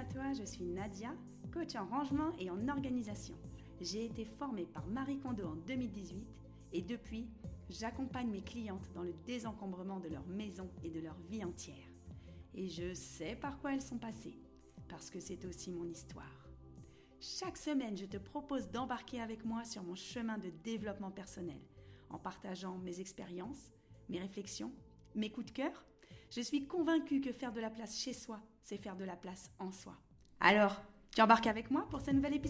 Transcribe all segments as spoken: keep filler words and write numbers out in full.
à toi, je suis Nadia, coach en rangement et en organisation. J'ai été formée par Marie Kondo en deux mille dix-huit et depuis, j'accompagne mes clientes dans le désencombrement de leur maison et de leur vie entière. Et je sais par quoi elles sont passées, parce que c'est aussi mon histoire. Chaque semaine, je te propose d'embarquer avec moi sur mon chemin de développement personnel, en partageant mes expériences, mes réflexions, mes coups de cœur. Je suis convaincue que faire de la place chez soi, c'est faire de la place en soi. Alors, tu embarques avec moi pour ce nouvel épisode ?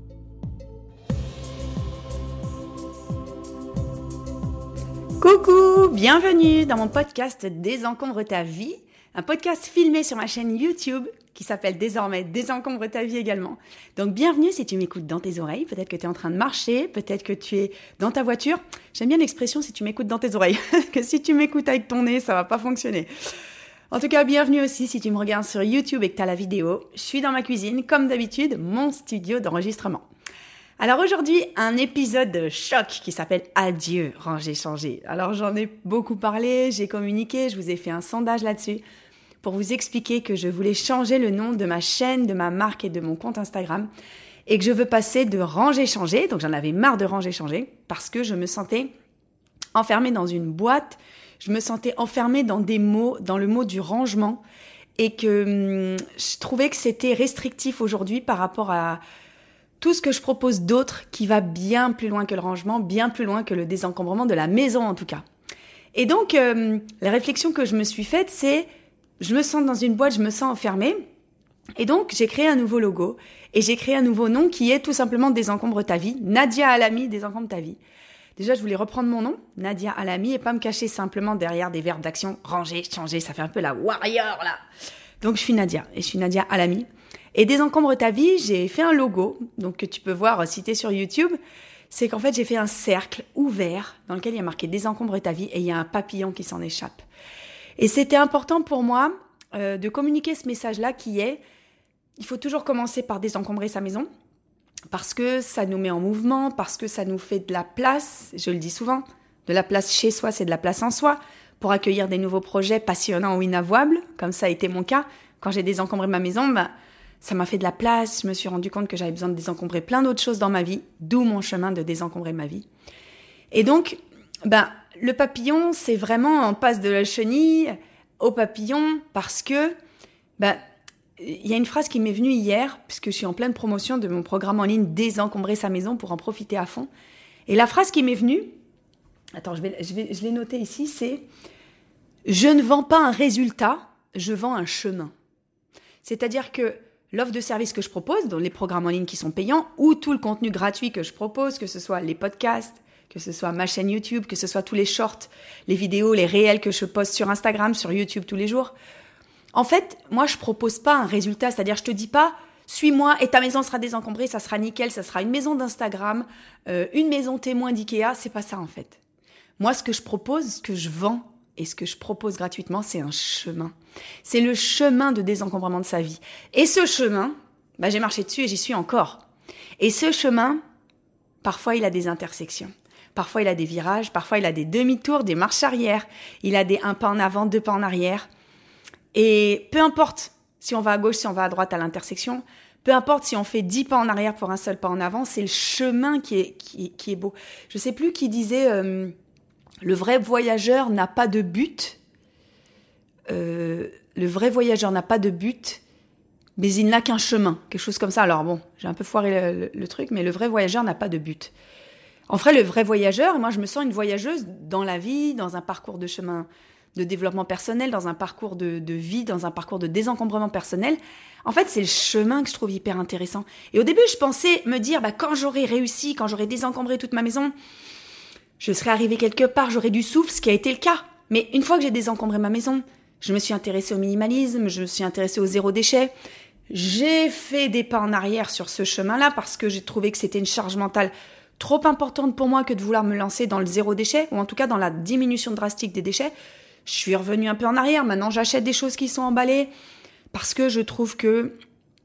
Coucou, bienvenue dans mon podcast Désencombre ta vie, un podcast filmé sur ma chaîne YouTube qui s'appelle désormais Désencombre ta vie également. Donc bienvenue si tu m'écoutes dans tes oreilles, peut-être que tu es en train de marcher, peut-être que tu es dans ta voiture. J'aime bien l'expression si tu m'écoutes dans tes oreilles, que si tu m'écoutes avec ton nez, ça va pas fonctionner. En tout cas, bienvenue aussi si tu me regardes sur YouTube et que tu as la vidéo. Je suis dans ma cuisine, comme d'habitude, mon studio d'enregistrement. Alors aujourd'hui, un épisode de choc qui s'appelle « Adieu, ranger, changer ». Alors j'en ai beaucoup parlé, j'ai communiqué, je vous ai fait un sondage là-dessus pour vous expliquer que je voulais changer le nom de ma chaîne, de ma marque et de mon compte Instagram et que je veux passer de ranger, changer, donc j'en avais marre de ranger, changer, parce que je me sentais enfermée dans une boîte, je me sentais enfermée dans des mots, dans le mot du rangement et que hum, je trouvais que c'était restrictif aujourd'hui par rapport à tout ce que je propose d'autre qui va bien plus loin que le rangement, bien plus loin que le désencombrement de la maison en tout cas. Et donc, euh, la réflexion que je me suis faite, c'est je me sens dans une boîte, je me sens enfermée. Et donc, j'ai créé un nouveau logo et j'ai créé un nouveau nom qui est tout simplement Désencombre ta vie. Nadia Alami, Désencombre ta vie. Déjà, je voulais reprendre mon nom, Nadia Alami, et pas me cacher simplement derrière des verbes d'action, ranger, changer, ça fait un peu la warrior là. Donc, je suis Nadia et je suis Nadia Alami. Et Désencombre ta vie, j'ai fait un logo, donc que tu peux voir cité sur YouTube. C'est qu'en fait, j'ai fait un cercle ouvert dans lequel il y a marqué Désencombre ta vie et il y a un papillon qui s'en échappe. Et c'était important pour moi euh, de communiquer ce message-là qui est, il faut toujours commencer par désencombrer sa maison parce que ça nous met en mouvement, parce que ça nous fait de la place, je le dis souvent, de la place chez soi, c'est de la place en soi, pour accueillir des nouveaux projets passionnants ou inavouables, comme ça a été mon cas. Quand j'ai désencombré ma maison, ben, ça m'a fait de la place, je me suis rendu compte que j'avais besoin de désencombrer plein d'autres choses dans ma vie, d'où mon chemin de désencombrer ma vie. Et donc, ben, le papillon, c'est vraiment, on passe de la chenille au papillon parce que, ben, il y a une phrase qui m'est venue hier, puisque je suis en pleine promotion de mon programme en ligne Désencombrer sa maison pour en profiter à fond. Et la phrase qui m'est venue, attends, je vais, je vais, je l'ai notée ici, c'est « Je ne vends pas un résultat, je vends un chemin ». C'est-à-dire que l'offre de service que je propose, dans les programmes en ligne qui sont payants, ou tout le contenu gratuit que je propose, que ce soit les podcasts, que ce soit ma chaîne YouTube, que ce soit tous les shorts, les vidéos, les réels que je poste sur Instagram, sur YouTube tous les jours. En fait, moi, je propose pas un résultat, c'est-à-dire je te dis pas « suis-moi et ta maison sera désencombrée, ça sera nickel, ça sera une maison d'Instagram, euh, une maison témoin d'Ikea », c'est pas ça en fait. Moi, ce que je propose, ce que je vends et ce que je propose gratuitement, c'est un chemin. C'est le chemin de désencombrement de sa vie. Et ce chemin, bah, j'ai marché dessus et j'y suis encore. Et ce chemin, parfois, il a des intersections. Parfois, il a des virages. Parfois, il a des demi-tours, des marches arrière. Il a des un pas en avant, deux pas en arrière. Et peu importe si on va à gauche, si on va à droite à l'intersection, peu importe si on fait dix pas en arrière pour un seul pas en avant, c'est le chemin qui est, qui, qui est beau. Je sais plus qui disait euh, le vrai voyageur n'a pas de but. Euh, le vrai voyageur n'a pas de but, mais il n'a qu'un chemin, quelque chose comme ça. Alors bon, j'ai un peu foiré le, le, le truc, mais le vrai voyageur n'a pas de but. En vrai, le vrai voyageur, moi je me sens une voyageuse dans la vie, dans un parcours de chemin de développement personnel, dans un parcours de, de vie, dans un parcours de désencombrement personnel. En fait, c'est le chemin que je trouve hyper intéressant. Et au début, je pensais me dire, bah, quand j'aurai réussi, quand j'aurai désencombré toute ma maison, je serais arrivée quelque part, j'aurais du souffle, ce qui a été le cas. Mais une fois que j'ai désencombré ma maison, je me suis intéressée au minimalisme, je me suis intéressée au zéro déchet. J'ai fait des pas en arrière sur ce chemin-là parce que j'ai trouvé que c'était une charge mentale trop importante pour moi que de vouloir me lancer dans le zéro déchet, ou en tout cas dans la diminution drastique des déchets. Je suis revenue un peu en arrière. Maintenant, j'achète des choses qui sont emballées parce que je trouve que,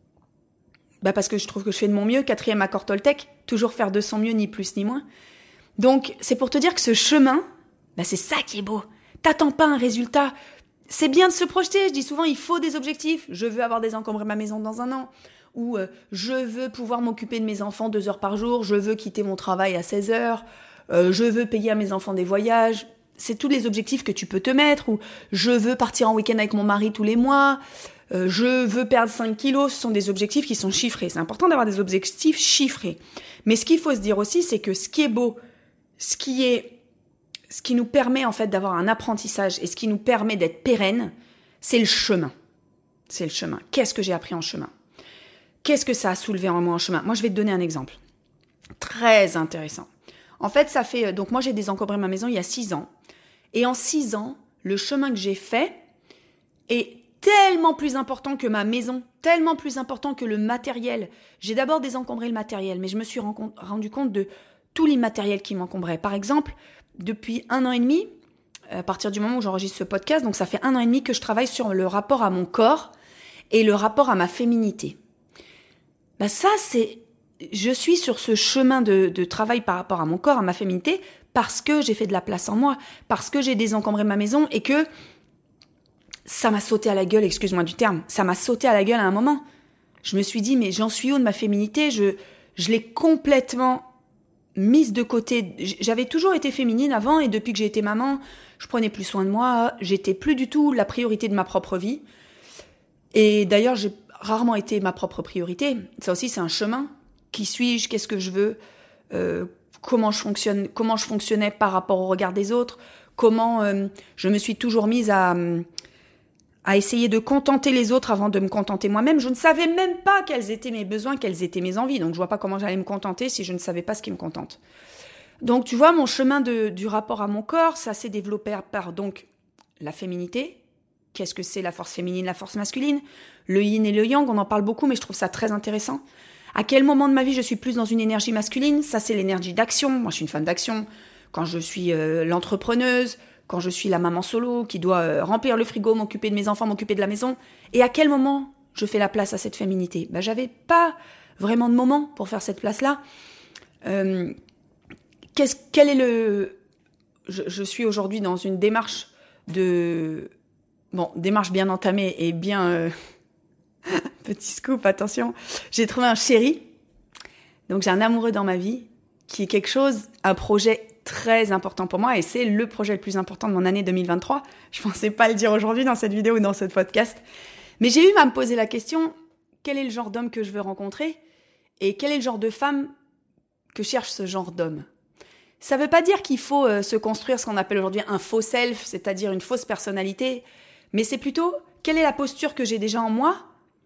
bah parce que je trouve que je fais de mon mieux. Quatrième accord Toltec, toujours faire de son mieux, ni plus ni moins. Donc, c'est pour te dire que ce chemin, bah c'est ça qui est beau. T'attends pas un résultat. c'est bien de se projeter. Je dis souvent, il faut des objectifs. Je veux avoir désencombré ma maison dans un an. Ou euh, je veux pouvoir m'occuper de mes enfants deux heures par jour. Je veux quitter mon travail à seize heures. Euh, je veux payer à mes enfants des voyages. C'est tous les objectifs que tu peux te mettre. Ou je veux partir en week-end avec mon mari tous les mois. Euh, je veux perdre cinq kilos. Ce sont des objectifs qui sont chiffrés. C'est important d'avoir des objectifs chiffrés. Mais ce qu'il faut se dire aussi, c'est que ce qui est beau, ce qui est, ce qui nous permet en fait d'avoir un apprentissage et ce qui nous permet d'être pérenne, c'est le chemin. C'est le chemin. Qu'est-ce que j'ai appris en chemin ? Qu'est-ce que ça a soulevé en moi en chemin ? Moi, je vais te donner un exemple. Très intéressant. En fait, ça fait... Donc, moi, j'ai désencombré ma maison il y a six ans. Et en six ans, le chemin que j'ai fait est tellement plus important que ma maison, tellement plus important que le matériel. J'ai d'abord désencombré le matériel, mais je me suis rendu compte de tout l'immatériel qui m'encombrait. Par exemple, depuis un an et demi, à partir du moment où j'enregistre ce podcast, donc ça fait un an et demi que je travaille sur le rapport à mon corps et le rapport à ma féminité. Ben ça, c'est... Je suis sur ce chemin de, de travail par rapport à mon corps, à ma féminité, parce que j'ai fait de la place en moi, parce que j'ai désencombré ma maison et que ça m'a sauté à la gueule, excuse-moi du terme, ça m'a sauté à la gueule à un moment. Je me suis dit, mais j'en suis où de ma féminité ? Je, je l'ai complètement mise de côté. J'avais toujours été féminine avant et depuis que j'ai été maman, je prenais plus soin de moi, j'étais plus du tout la priorité de ma propre vie. Et d'ailleurs, j'ai rarement été ma propre priorité. Ça aussi, c'est un chemin. Qui suis-je ? Qu'est-ce que je veux ? euh, Comment je fonctionne ? Comment je fonctionnais par rapport au regard des autres ? Comment euh, je me suis toujours mise à, à essayer de contenter les autres avant de me contenter moi-même. Je ne savais même pas quels étaient mes besoins, quelles étaient mes envies. Donc, je vois pas comment j'allais me contenter si je ne savais pas ce qui me contente. Donc, tu vois, mon chemin de, du rapport à mon corps, ça s'est développé par donc la féminité. Qu'est-ce que c'est la force féminine, la force masculine ? Le yin et le yang, on en parle beaucoup, mais je trouve ça très intéressant. À quel moment de ma vie je suis plus dans une énergie masculine ? Ça, c'est l'énergie d'action. Moi, je suis une femme d'action. Quand je suis euh, l'entrepreneuse, quand je suis la maman solo qui doit euh, remplir le frigo, m'occuper de mes enfants, m'occuper de la maison. Et à quel moment je fais la place à cette féminité ? Ben, j'avais pas vraiment de moment pour faire cette place-là. Euh, qu'est-ce, quel est le... Je, je suis aujourd'hui dans une démarche de... Bon, démarche bien entamée et bien... Euh... Petit scoop, attention. J'ai trouvé un chéri. Donc, j'ai un amoureux dans ma vie qui est quelque chose, un projet très important pour moi et c'est le projet le plus important de mon année deux mille vingt-trois. Je pensais pas le dire aujourd'hui dans cette vidéo ou dans ce podcast. Mais j'ai eu à me poser la question, quel est le genre d'homme que je veux rencontrer et quel est le genre de femme que cherche ce genre d'homme ? Ça veut pas dire qu'il faut euh, se construire ce qu'on appelle aujourd'hui un faux self, c'est-à-dire une fausse personnalité, mais c'est plutôt quelle est la posture que j'ai déjà en moi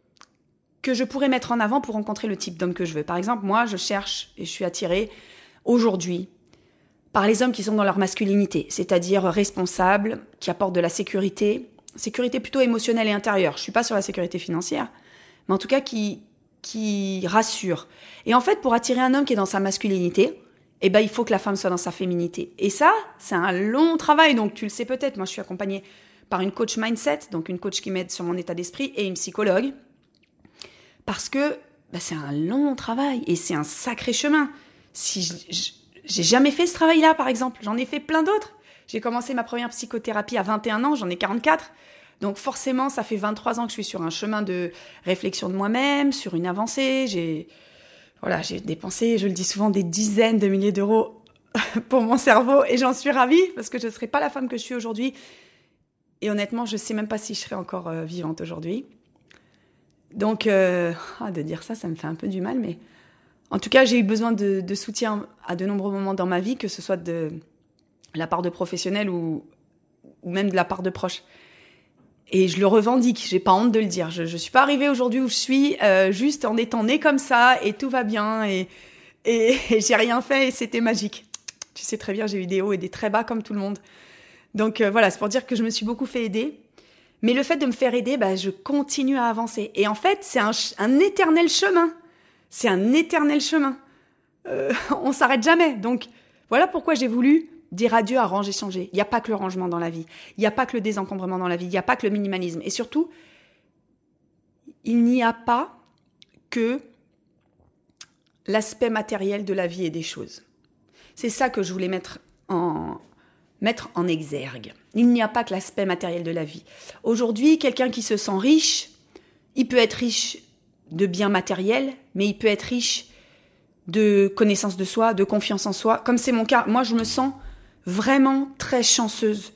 que je pourrais mettre en avant pour rencontrer le type d'homme que je veux. Par exemple, moi, je cherche et je suis attirée aujourd'hui par les hommes qui sont dans leur masculinité, c'est-à-dire responsables, qui apportent de la sécurité, sécurité plutôt émotionnelle et intérieure. Je suis pas sur la sécurité financière, mais en tout cas qui, qui rassure. Et en fait, pour attirer un homme qui est dans sa masculinité, eh ben, il faut que la femme soit dans sa féminité. Et ça, c'est un long travail, donc tu le sais peut-être. Moi, je suis accompagnée par une coach mindset, donc une coach qui m'aide sur mon état d'esprit, et une psychologue. Parce que bah, c'est un long travail et c'est un sacré chemin. Si je, je, j'ai jamais fait ce travail-là, par exemple, j'en ai fait plein d'autres. J'ai commencé ma première psychothérapie à vingt et un ans, j'en ai quarante-quatre. Donc forcément, ça fait vingt-trois ans que je suis sur un chemin de réflexion de moi-même, sur une avancée. J'ai, voilà, j'ai dépensé, je le dis souvent, des dizaines de milliers d'euros pour mon cerveau et j'en suis ravie parce que je ne serais pas la femme que je suis aujourd'hui. Et honnêtement, je ne sais même pas si je serais encore euh, vivante aujourd'hui. Donc, euh, ah, de dire ça, ça me fait un peu du mal, mais en tout cas, j'ai eu besoin de, de soutien à de nombreux moments dans ma vie, que ce soit de la part de professionnels ou, ou même de la part de proches. Et je le revendique, j'ai pas honte de le dire. Je, je suis pas arrivée aujourd'hui où je suis euh, juste en étant née comme ça et tout va bien et, et, et j'ai rien fait et c'était magique. Tu sais très bien, j'ai eu des hauts et des très bas comme tout le monde. Donc euh, voilà, c'est pour dire que je me suis beaucoup fait aider. Mais le fait de me faire aider, bah, je continue à avancer. Et en fait, c'est un, un éternel chemin. C'est un éternel chemin. Euh, on s'arrête jamais. Donc, voilà pourquoi j'ai voulu dire adieu à ranger, changer. Il n'y a pas que le rangement dans la vie. Il n'y a pas que le désencombrement dans la vie. Il n'y a pas que le minimalisme. Et surtout, il n'y a pas que l'aspect matériel de la vie et des choses. C'est ça que je voulais mettre en mettre en exergue. Il n'y a pas que l'aspect matériel de la vie. Aujourd'hui, quelqu'un qui se sent riche, il peut être riche de biens matériels, mais il peut être riche de connaissance de soi, de confiance en soi. Comme c'est mon cas, moi je me sens vraiment très chanceuse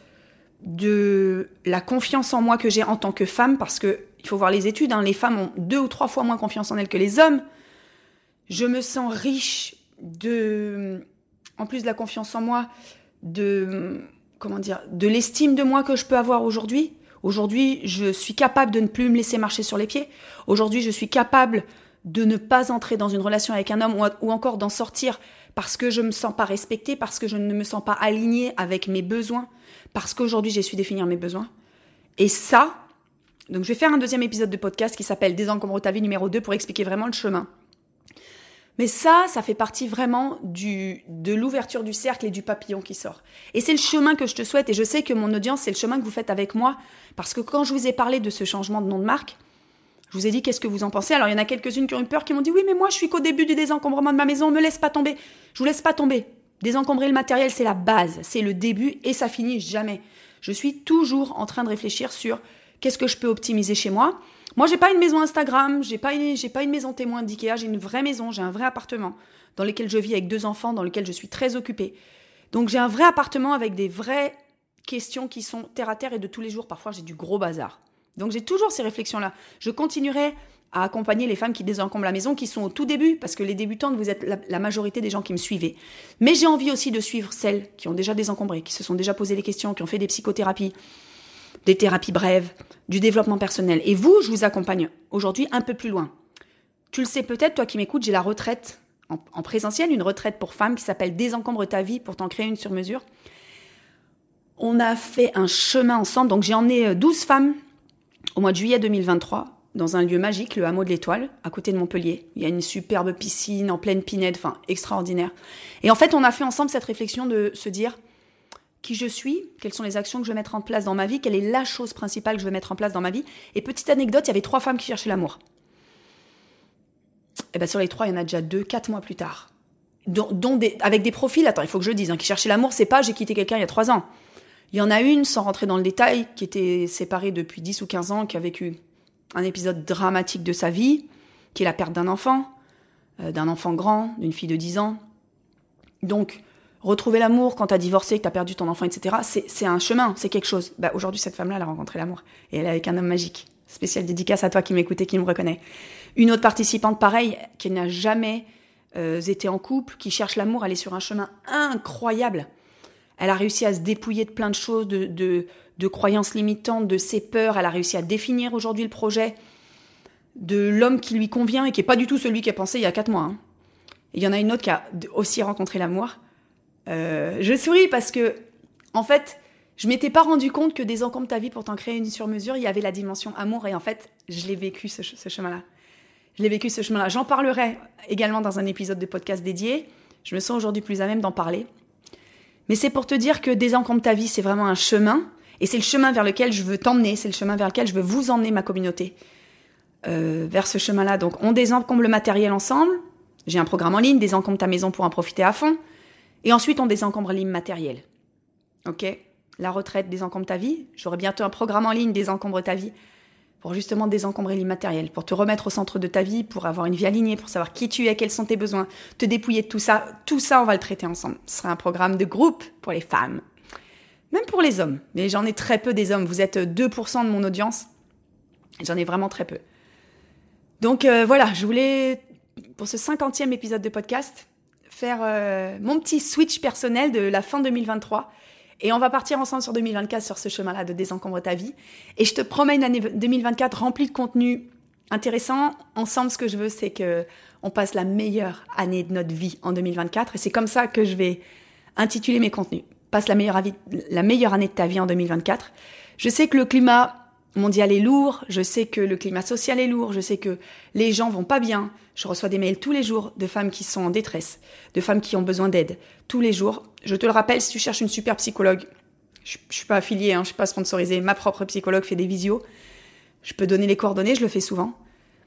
de la confiance en moi que j'ai en tant que femme, parce que il faut voir les études, hein, les femmes ont deux ou trois fois moins confiance en elles que les hommes. Je me sens riche de, en plus de la confiance en moi, de, comment dire, de l'estime de moi que je peux avoir aujourd'hui. Aujourd'hui, je suis capable de ne plus me laisser marcher sur les pieds. Aujourd'hui, je suis capable de ne pas entrer dans une relation avec un homme ou, ou encore d'en sortir parce que je me sens pas respectée, parce que je ne me sens pas alignée avec mes besoins, parce qu'aujourd'hui, j'ai su définir mes besoins. Et ça, donc je vais faire un deuxième épisode de podcast qui s'appelle « Désencombre ta vie numéro deux » pour expliquer vraiment le chemin. Mais ça, ça fait partie vraiment du, de l'ouverture du cercle et du papillon qui sort. Et c'est le chemin que je te souhaite, et je sais que mon audience, c'est le chemin que vous faites avec moi, parce que quand je vous ai parlé de ce changement de nom de marque, je vous ai dit qu'est-ce que vous en pensez. Alors il y en a quelques-unes qui ont eu peur, qui m'ont dit « Oui, mais moi je suis qu'au début du désencombrement de ma maison, me laisse pas tomber. » Je vous laisse pas tomber. Désencombrer le matériel, c'est la base, c'est le début, et ça finit jamais. Je suis toujours en train de réfléchir sur qu'est-ce que je peux optimiser chez moi. Moi, j'ai pas une maison Instagram, j'ai pas une, j'ai pas une maison témoin d'Ikea, j'ai une vraie maison, j'ai un vrai appartement dans lequel je vis avec deux enfants, dans lequel je suis très occupée. Donc, j'ai un vrai appartement avec des vraies questions qui sont terre à terre et de tous les jours. Parfois, j'ai du gros bazar. Donc, j'ai toujours ces réflexions-là. Je continuerai à accompagner les femmes qui désencombrent la maison, qui sont au tout début, parce que les débutantes, vous êtes la, la majorité des gens qui me suivez. Mais j'ai envie aussi de suivre celles qui ont déjà désencombré, qui se sont déjà posé les questions, qui ont fait des psychothérapies, des thérapies brèves, du développement personnel. Et vous, je vous accompagne aujourd'hui un peu plus loin. Tu le sais peut-être, toi qui m'écoutes, j'ai la retraite en, en présentiel, une retraite pour femmes qui s'appelle « Désencombre ta vie » pour t'en créer une sur mesure. On a fait un chemin ensemble, donc j'ai emmené douze femmes au mois de juillet deux mille vingt-trois dans un lieu magique, le hameau de l'Étoile, à côté de Montpellier. Il y a une superbe piscine en pleine pinède, enfin extraordinaire. Et en fait, on a fait ensemble cette réflexion de se dire qui je suis, quelles sont les actions que je vais mettre en place dans ma vie, quelle est la chose principale que je vais mettre en place dans ma vie. Et petite anecdote, il y avait trois femmes qui cherchaient l'amour. Et bien sur les trois, il y en a déjà deux, quatre mois plus tard. Dont, dont des, avec des profils, attends, il faut que je le dise, hein, qui cherchaient l'amour, c'est pas j'ai quitté quelqu'un il y a trois ans. Il y en a une, sans rentrer dans le détail, qui était séparée depuis dix ou quinze ans, qui a vécu un épisode dramatique de sa vie, qui est la perte d'un enfant, euh, d'un enfant grand, d'une fille de dix ans. Donc, retrouver l'amour quand t'as divorcé, que t'as perdu ton enfant, et cetera, c'est, c'est un chemin, c'est quelque chose. Bah, aujourd'hui, cette femme-là, elle a rencontré l'amour. Et elle est avec un homme magique. Spéciale dédicace à toi qui m'écoutes et qui me reconnaît. Une autre participante, pareil, qui n'a jamais euh, été en couple, qui cherche l'amour, elle est sur un chemin incroyable. Elle a réussi à se dépouiller de plein de choses, de, de, de croyances limitantes, de ses peurs. Elle a réussi à définir aujourd'hui le projet de l'homme qui lui convient et qui n'est pas du tout celui qu'elle pensait il y a quatre mois. Hein. Il y en a une autre qui a aussi rencontré l'amour. Euh, je souris parce que, en fait, je m'étais pas rendu compte que Désencombre ta vie pour t'en créer une sur mesure, il y avait la dimension amour. Et en fait, je l'ai vécu, ce, ce chemin-là. Je l'ai vécu, ce chemin-là. J'en parlerai également dans un épisode de podcast dédié. Je me sens aujourd'hui plus à même d'en parler. Mais c'est pour te dire que Désencombre ta vie, c'est vraiment un chemin. Et c'est le chemin vers lequel je veux t'emmener. C'est le chemin vers lequel je veux vous emmener, ma communauté. Euh, vers ce chemin-là. Donc, on désencombre le matériel ensemble. J'ai un programme en ligne, Désencombre ta maison pour en profiter à fond. Et ensuite, on désencombre l'immatériel. Ok ? La retraite, Désencombre ta vie. J'aurai bientôt un programme en ligne, Désencombre ta vie, pour justement désencombrer l'immatériel, pour te remettre au centre de ta vie, pour avoir une vie alignée, pour savoir qui tu es, quels sont tes besoins, te dépouiller de tout ça. Tout ça, on va le traiter ensemble. Ce sera un programme de groupe pour les femmes. Même pour les hommes. Mais j'en ai très peu des hommes. Vous êtes deux pour cent de mon audience. J'en ai vraiment très peu. Donc euh, voilà, je voulais, pour ce cinquantième épisode de podcast, faire euh, mon petit switch personnel de la fin deux mille vingt-trois. Et on va partir ensemble sur deux mille vingt-quatre, sur ce chemin-là de Désencombre ta vie. Et je te promets une année deux mille vingt-quatre remplie de contenu intéressant. Ensemble, ce que je veux, c'est qu'on passe la meilleure année de notre vie en deux mille vingt-quatre. Et c'est comme ça que je vais intituler mes contenus. Passe la meilleure, avis, la meilleure année de ta vie en deux mille vingt-quatre. Je sais que le climat mondial est lourd. Je sais que le climat social est lourd. Je sais que les gens vont pas bien. Je reçois des mails tous les jours de femmes qui sont en détresse, de femmes qui ont besoin d'aide. Tous les jours. Je te le rappelle, si tu cherches une super psychologue, je, je suis pas affiliée, hein, je suis pas sponsorisée. Ma propre psychologue fait des visios. Je peux donner les coordonnées, je le fais souvent.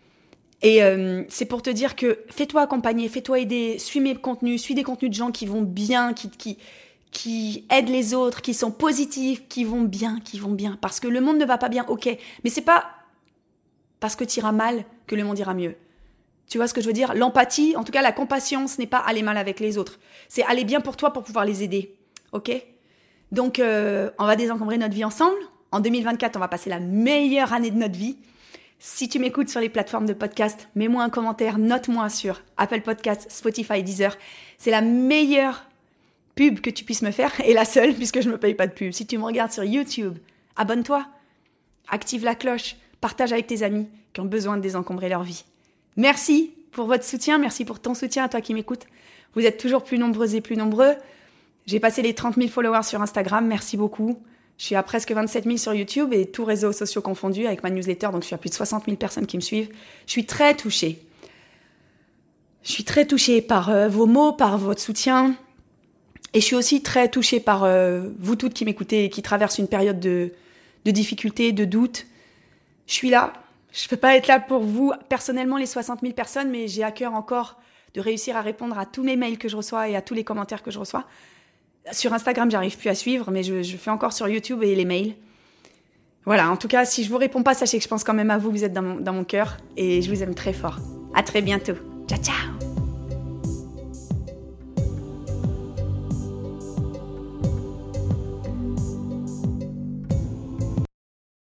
Et euh, c'est pour te dire que fais-toi accompagner, fais-toi aider, suis mes contenus, suis des contenus de gens qui vont bien, qui, qui, qui aident les autres, qui sont positifs, qui vont bien, qui vont bien. Parce que le monde ne va pas bien, ok. Mais c'est pas parce que tu iras mal que le monde ira mieux. Tu vois ce que je veux dire? L'empathie, en tout cas la compassion, ce n'est pas aller mal avec les autres. C'est aller bien pour toi pour pouvoir les aider. Ok? Donc, euh, on va désencombrer notre vie ensemble. En deux mille vingt-quatre, on va passer la meilleure année de notre vie. Si tu m'écoutes sur les plateformes de podcast, mets-moi un commentaire, note-moi sur Apple Podcasts, Spotify, Deezer. C'est la meilleure pub que tu puisses me faire et la seule puisque je ne me paye pas de pub. Si tu me regardes sur YouTube, abonne-toi, active la cloche, partage avec tes amis qui ont besoin de désencombrer leur vie. Merci pour votre soutien, merci pour ton soutien à toi qui m'écoutes. Vous êtes toujours plus nombreux et plus nombreux. J'ai passé les trente mille followers sur Instagram, merci beaucoup. Je suis à presque vingt-sept mille sur YouTube et tous réseaux sociaux confondus avec ma newsletter, donc je suis à plus de soixante mille personnes qui me suivent. Je suis très touchée. Je suis très touchée par euh, vos mots, par votre soutien. Et je suis aussi très touchée par euh, vous toutes qui m'écoutez et qui traversent une période de, de difficulté, de doute. Je suis là. Je ne peux pas être là pour vous, personnellement, les soixante mille personnes, mais j'ai à cœur encore de réussir à répondre à tous mes mails que je reçois et à tous les commentaires que je reçois. Sur Instagram, j'arrive plus à suivre, mais je, je fais encore sur YouTube et les mails. Voilà, en tout cas, si je vous réponds pas, sachez que je pense quand même à vous, vous êtes dans mon, dans mon cœur et je vous aime très fort. À très bientôt. Ciao, ciao!